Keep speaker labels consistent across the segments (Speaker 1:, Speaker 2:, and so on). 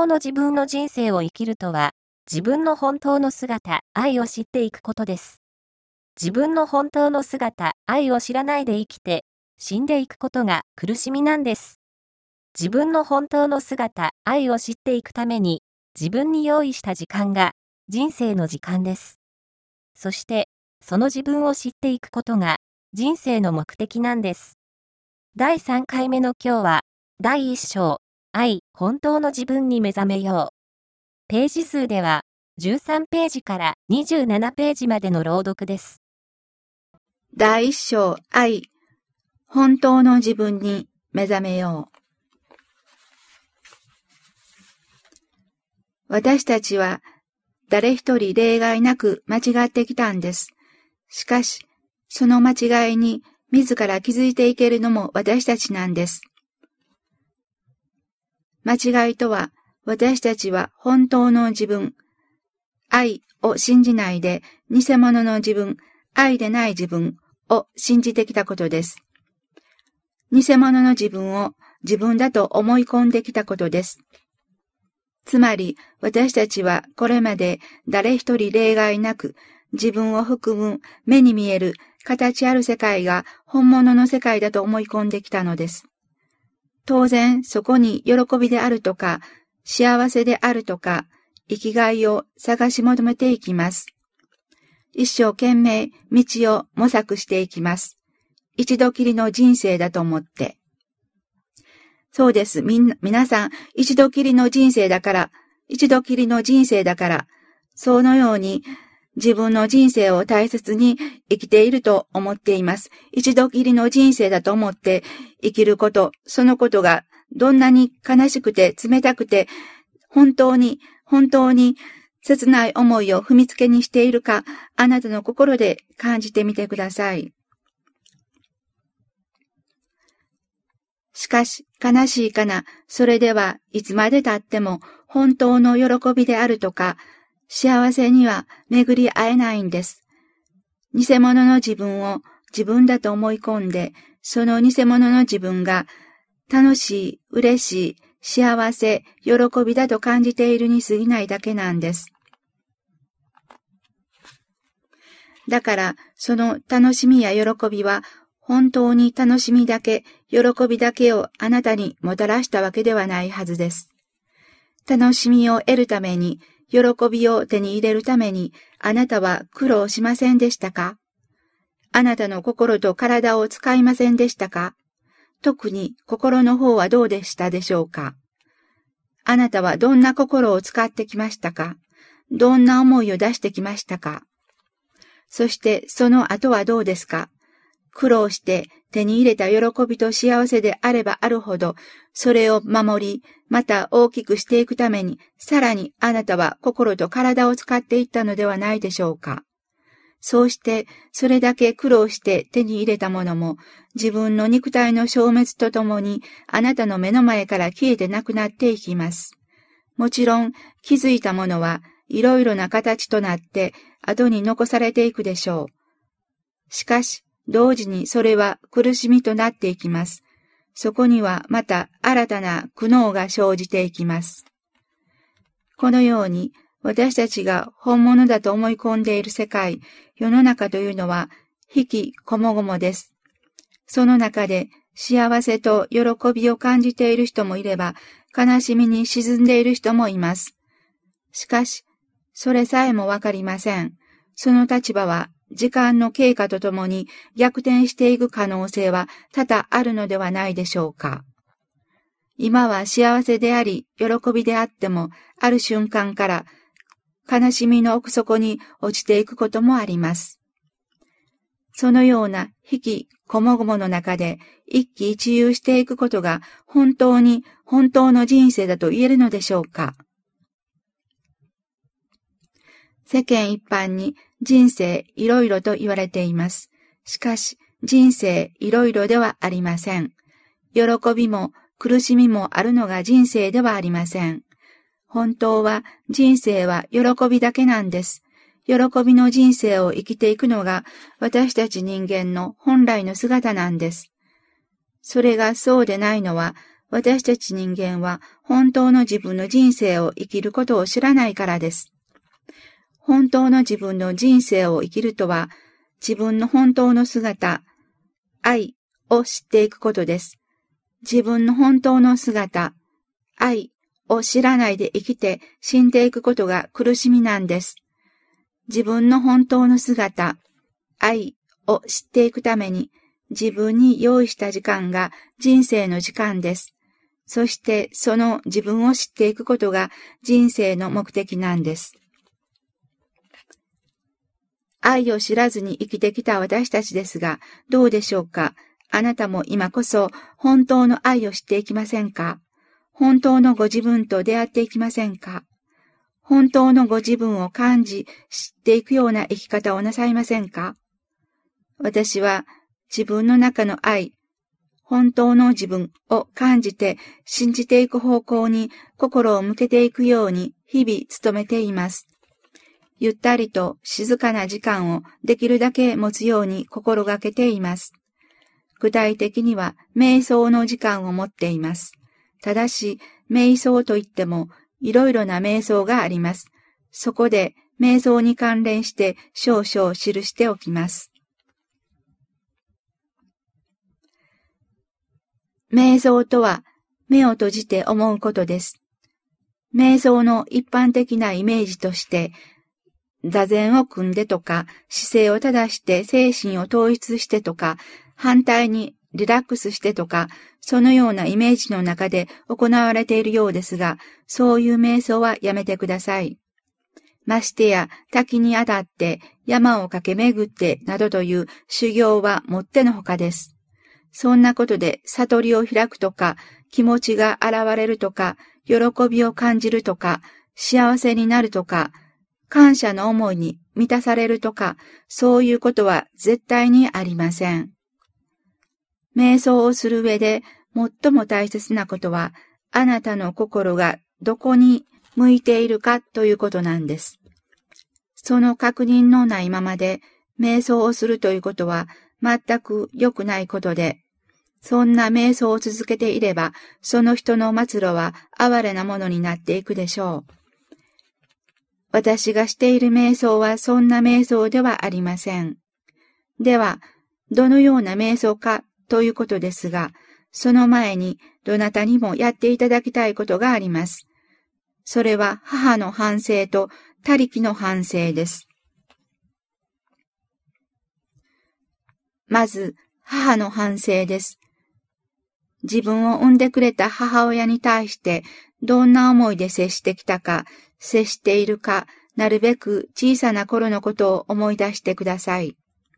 Speaker 1: 当の自分の人生を生きるとは、自分の本当の姿、愛を知っていくことです。自分の本当の姿、愛を知らないで生きて、死んでいくことが苦しみなんです。自分の本当の姿、愛を知っていくために、自分に用意した時間が、人生の時間です。そして、その自分を知っていくことが、人生の目的なんです。第3回目の今日は、第1章、愛、本当の自分に目覚めよう。ページ数では、13ページから27ページまでの朗読です。
Speaker 2: 第1章、愛、本当の自分に目覚めよう。私たちは、誰一人例外なく間違ってきたんです。しかし、その間違いに自ら気づいていけるのも私たちなんです。間違いとは、私たちは本当の自分、愛を信じないで、偽物の自分、愛でない自分を信じてきたことです。偽物の自分を自分だと思い込んできたことです。つまり、私たちはこれまで誰一人例外なく、自分を含む目に見える形ある世界が本物の世界だと思い込んできたのです。当然、そこに喜びであるとか、幸せであるとか、生きがいを探し求めていきます。一生懸命道を模索していきます。一度きりの人生だと思って。そうです。皆さん、一度きりの人生だから、そのように自分の人生を大切に生きていると思っています。一度きりの人生だと思って生きること、そのことがどんなに悲しくて冷たくて、本当に切ない思いを踏みつけにしているか、あなたの心で感じてみてください。しかし、悲しいかな、それではいつまで経っても本当の喜びであるとか、幸せには巡り合えないんです。偽物の自分を自分だと思い込んで、その偽物の自分が楽しい、嬉しい、幸せ、喜びだと感じているに過ぎないだけなんです。だから、その楽しみや喜びは、本当に楽しみだけ、喜びだけをあなたにもたらしたわけではないはずです。楽しみを得るために、喜びを手に入れるために、あなたは苦労しませんでしたか？あなたの心と体を使いませんでしたか？特に心の方はどうでしたでしょうか？あなたはどんな心を使ってきましたか？どんな思いを出してきましたか？そしてその後はどうですか？苦労して手に入れた喜びと幸せであればあるほど、それを守り、また大きくしていくために、さらにあなたは心と体を使っていったのではないでしょうか。そうして、それだけ苦労して手に入れたものも、自分の肉体の消滅とともに、あなたの目の前から消えてなくなっていきます。もちろん、気づいたものはいろいろな形となって、後に残されていくでしょう。しかし、同時にそれは苦しみとなっていきます。そこにはまた新たな苦悩が生じていきます。このように私たちが本物だと思い込んでいる世界、世の中というのは悲喜こもごもです。その中で幸せと喜びを感じている人もいれば、悲しみに沈んでいる人もいます。しかし、それさえもわかりません。その立場は時間の経過とともに逆転していく可能性は多々あるのではないでしょうか。今は幸せであり、喜びであっても、ある瞬間から悲しみの奥底に落ちていくこともあります。そのような悲喜こもごもの中で一喜一憂していくことが本当の人生だと言えるのでしょうか。世間一般に人生いろいろと言われています。しかし人生いろいろではありません。喜びも苦しみもあるのが人生ではありません。本当は人生は喜びだけなんです。喜びの人生を生きていくのが私たち人間の本来の姿なんです。それがそうでないのは私たち人間は本当の自分の人生を生きることを知らないからです。本当の自分の人生を生きるとは、自分の本当の姿、愛を知っていくことです。自分の本当の姿、愛を知らないで生きて死んでいくことが苦しみなんです。自分の本当の姿、愛を知っていくために、自分に用意した時間が人生の時間です。そしてその自分を知っていくことが人生の目的なんです。愛を知らずに生きてきた私たちですが、どうでしょうか。あなたも今こそ本当の愛を知っていきませんか。本当のご自分と出会っていきませんか。本当のご自分を感じ、知っていくような生き方をなさいませんか。私は自分の中の愛、本当の自分を感じて信じていく方向に心を向けていくように日々努めています。ゆったりと静かな時間をできるだけ持つように心がけています。具体的には瞑想の時間を持っています。ただし、瞑想といってもいろいろな瞑想があります。そこで瞑想に関連して少々記しておきます。瞑想とは目を閉じて思うことです。瞑想の一般的なイメージとして、座禅を組んでとか、姿勢を正して精神を統一してとか、反対にリラックスしてとか、そのようなイメージの中で行われているようですが、そういう瞑想はやめてください。ましてや滝に当たって山を駆け巡ってなどという修行はもってのほかです。そんなことで悟りを開くとか、気持ちが現れるとか、喜びを感じるとか、幸せになるとか、感謝の思いに満たされるとか、そういうことは絶対にありません。瞑想をする上で最も大切なことは、あなたの心がどこに向いているかということなんです。その確認のないままで瞑想をするということは全く良くないことで、そんな瞑想を続けていれば、その人の末路は哀れなものになっていくでしょう。私がしている瞑想はそんな瞑想ではありません。では、どのような瞑想かということですが、その前にどなたにもやっていただきたいことがあります。それは母の反省と他力の反省です。まず、母の反省です。自分を産んでくれた母親に対してどんな思いで接してきたか、接しているか、なるべく小さな頃のことを思い出してください。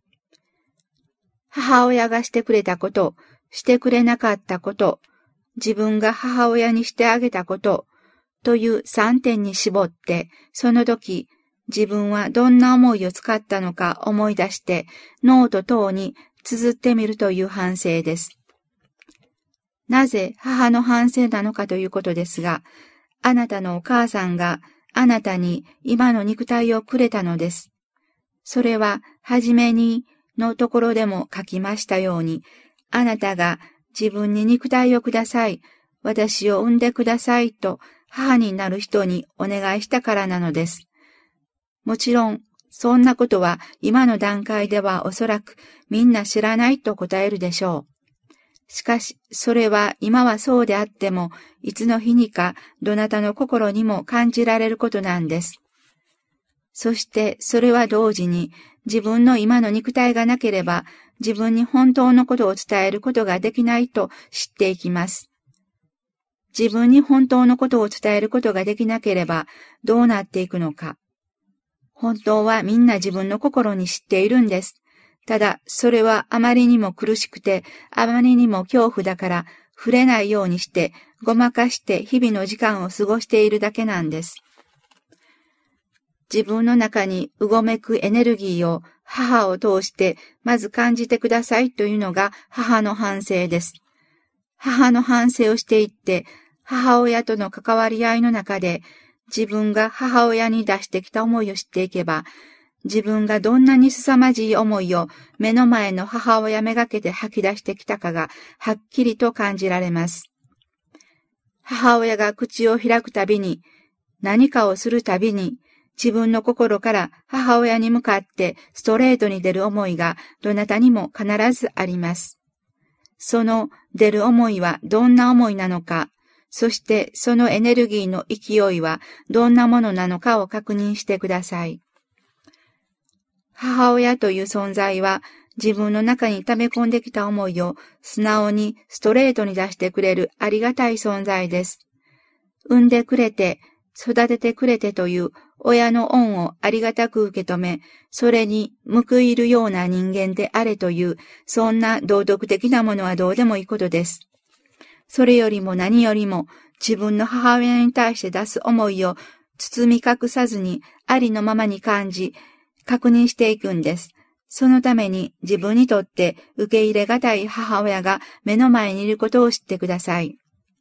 Speaker 2: 母親がしてくれたこと、してくれなかったこと、自分が母親にしてあげたこと、という3点に絞って、その時、自分はどんな思いを使ったのか思い出して、ノート等に綴ってみるという反省です。なぜ母の反省なのかということですが、あなたのお母さんがあなたに今の肉体をくれたのです。それははじめにのところでも書きましたように、あなたが自分に肉体をください、私を産んでくださいと母になる人にお願いしたからなのです。もちろん、そんなことは今の段階ではおそらくみんな知らないと答えるでしょう。しかし、それは今はそうであっても、いつの日にかどなたの心にも感じられることなんです。そして、それは同時に、自分の今の肉体がなければ、自分に本当のことを伝えることができないと知っていきます。自分に本当のことを伝えることができなければ、どうなっていくのか。本当はみんな自分の心に知っているんです。ただ、それはあまりにも苦しくて、あまりにも恐怖だから、触れないようにして、ごまかして日々の時間を過ごしているだけなんです。自分の中にうごめくエネルギーを母を通してまず感じてくださいというのが母の反省です。母の反省をしていって、母親との関わり合いの中で、自分が母親に出してきた思いを知っていけば、自分がどんなに凄まじい思いを目の前の母親めがけて吐き出してきたかがはっきりと感じられます。 母親が口を開くたびに、何かをするたびに、自分の心から母親に向かってストレートに出る思いがどなたにも必ずあります。その出る思いはどんな思いなのか、そしてそのエネルギーの勢いはどんなものなのかを確認してください。母親という存在は自分の中に溜め込んできた思いを素直にストレートに出してくれるありがたい存在です。産んでくれて、育ててくれてという親の恩をありがたく受け止め、それに報いるような人間であれという、そんな道徳的なものはどうでもいいことです。それよりも何よりも自分の母親に対して出す思いを包み隠さずにありのままに感じ、確認していくんです。そのために自分にとって受け入れがたい母親が目の前にいることを知ってください。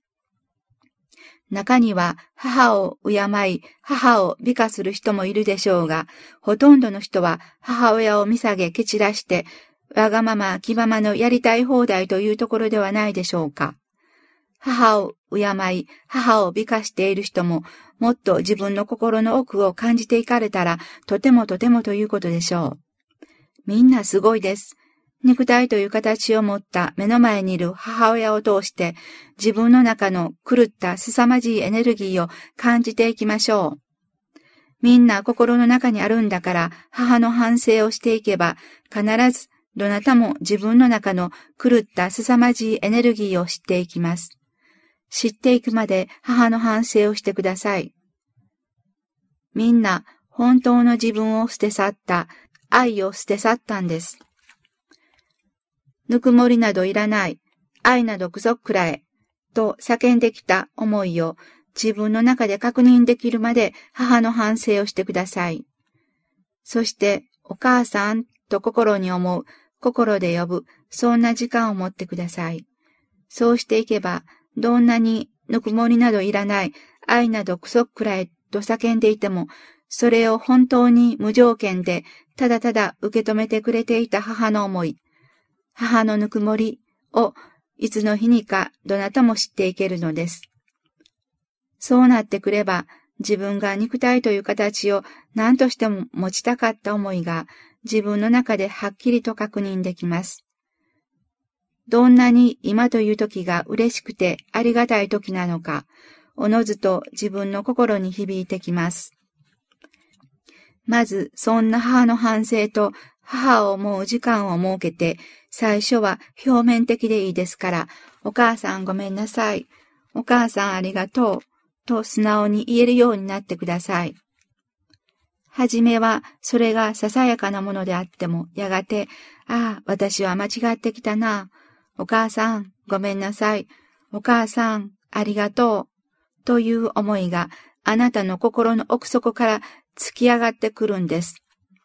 Speaker 2: 中には母を敬い、母を美化する人もいるでしょうが、ほとんどの人は母親を見下げ蹴散らして、わがまま気ままのやりたい放題というところではないでしょうか。母を敬い、母を美化している人も、もっと自分の心の奥を感じていかれたら、とてもとてもということでしょう。みんなすごいです。肉体という形を持った目の前にいる母親を通して、自分の中の狂った凄まじいエネルギーを感じていきましょう。みんな心の中にあるんだから、母の反省をしていけば、必ずどなたも自分の中の狂った凄まじいエネルギーを知っていきます。知っていくまで母の反省をしてください。みんな本当の自分を捨て去った、愛を捨て去ったんです。ぬくもりなどいらない、愛などクソくらえ、と叫んできた思いを自分の中で確認できるまで母の反省をしてください。そしてお母さんと心に思う、心で呼ぶ、そんな時間を持ってください。そうしていけば、どんなにぬくもりなどいらない、愛などクソくらえと叫んでいても、それを本当に無条件でただただ受け止めてくれていた母の思い、母のぬくもりをいつの日にかどなたも知っていけるのです。そうなってくれば、自分が肉体という形を何としても持ちたかった思いが自分の中ではっきりと確認できます。どんなに今という時が嬉しくてありがたい時なのか、おのずと自分の心に響いてきます。まず、そんな母の反省と母を思う時間を設けて、最初は表面的でいいですから、お母さんごめんなさい、お母さんありがとう、と素直に言えるようになってください。はじめはそれがささやかなものであっても、やがて、ああ、私は間違ってきたな。お母さん、ごめんなさい。お母さん、ありがとう。という思いがあなたの心の奥底から突き上がってくるんです。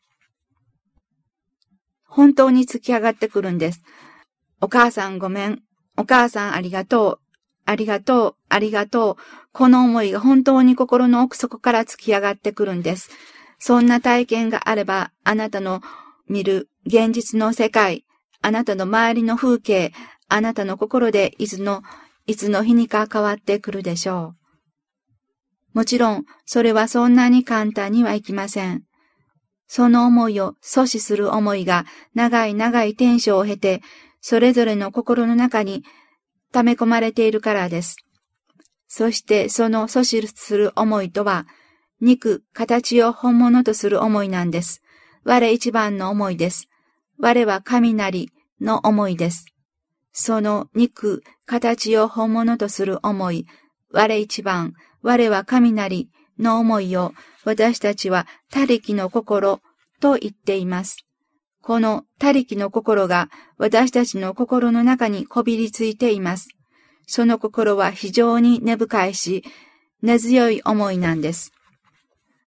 Speaker 2: 本当に突き上がってくるんです。お母さんごめん。お母さんありがとう。ありがとう。ありがとう。この思いが本当に心の奥底から突き上がってくるんです。そんな体験があれば、あなたの見る現実の世界、あなたの周りの風景、あなたの心でいつの日にか変わってくるでしょう。もちろん、それはそんなに簡単にはいきません。その思いを阻止する思いが長い長い天章を経て、それぞれの心の中に溜め込まれているからです。そしてその阻止する思いとは、肉、形を本物とする思いなんです。我一番の思いです。我は神なりの思いです。その肉、形を本物とする思い、我一番、我は神なりの思いを私たちは他力の心と言っています。この他力の心が私たちの心の中にこびりついています。その心は非常に根深いし、根強い思いなんです。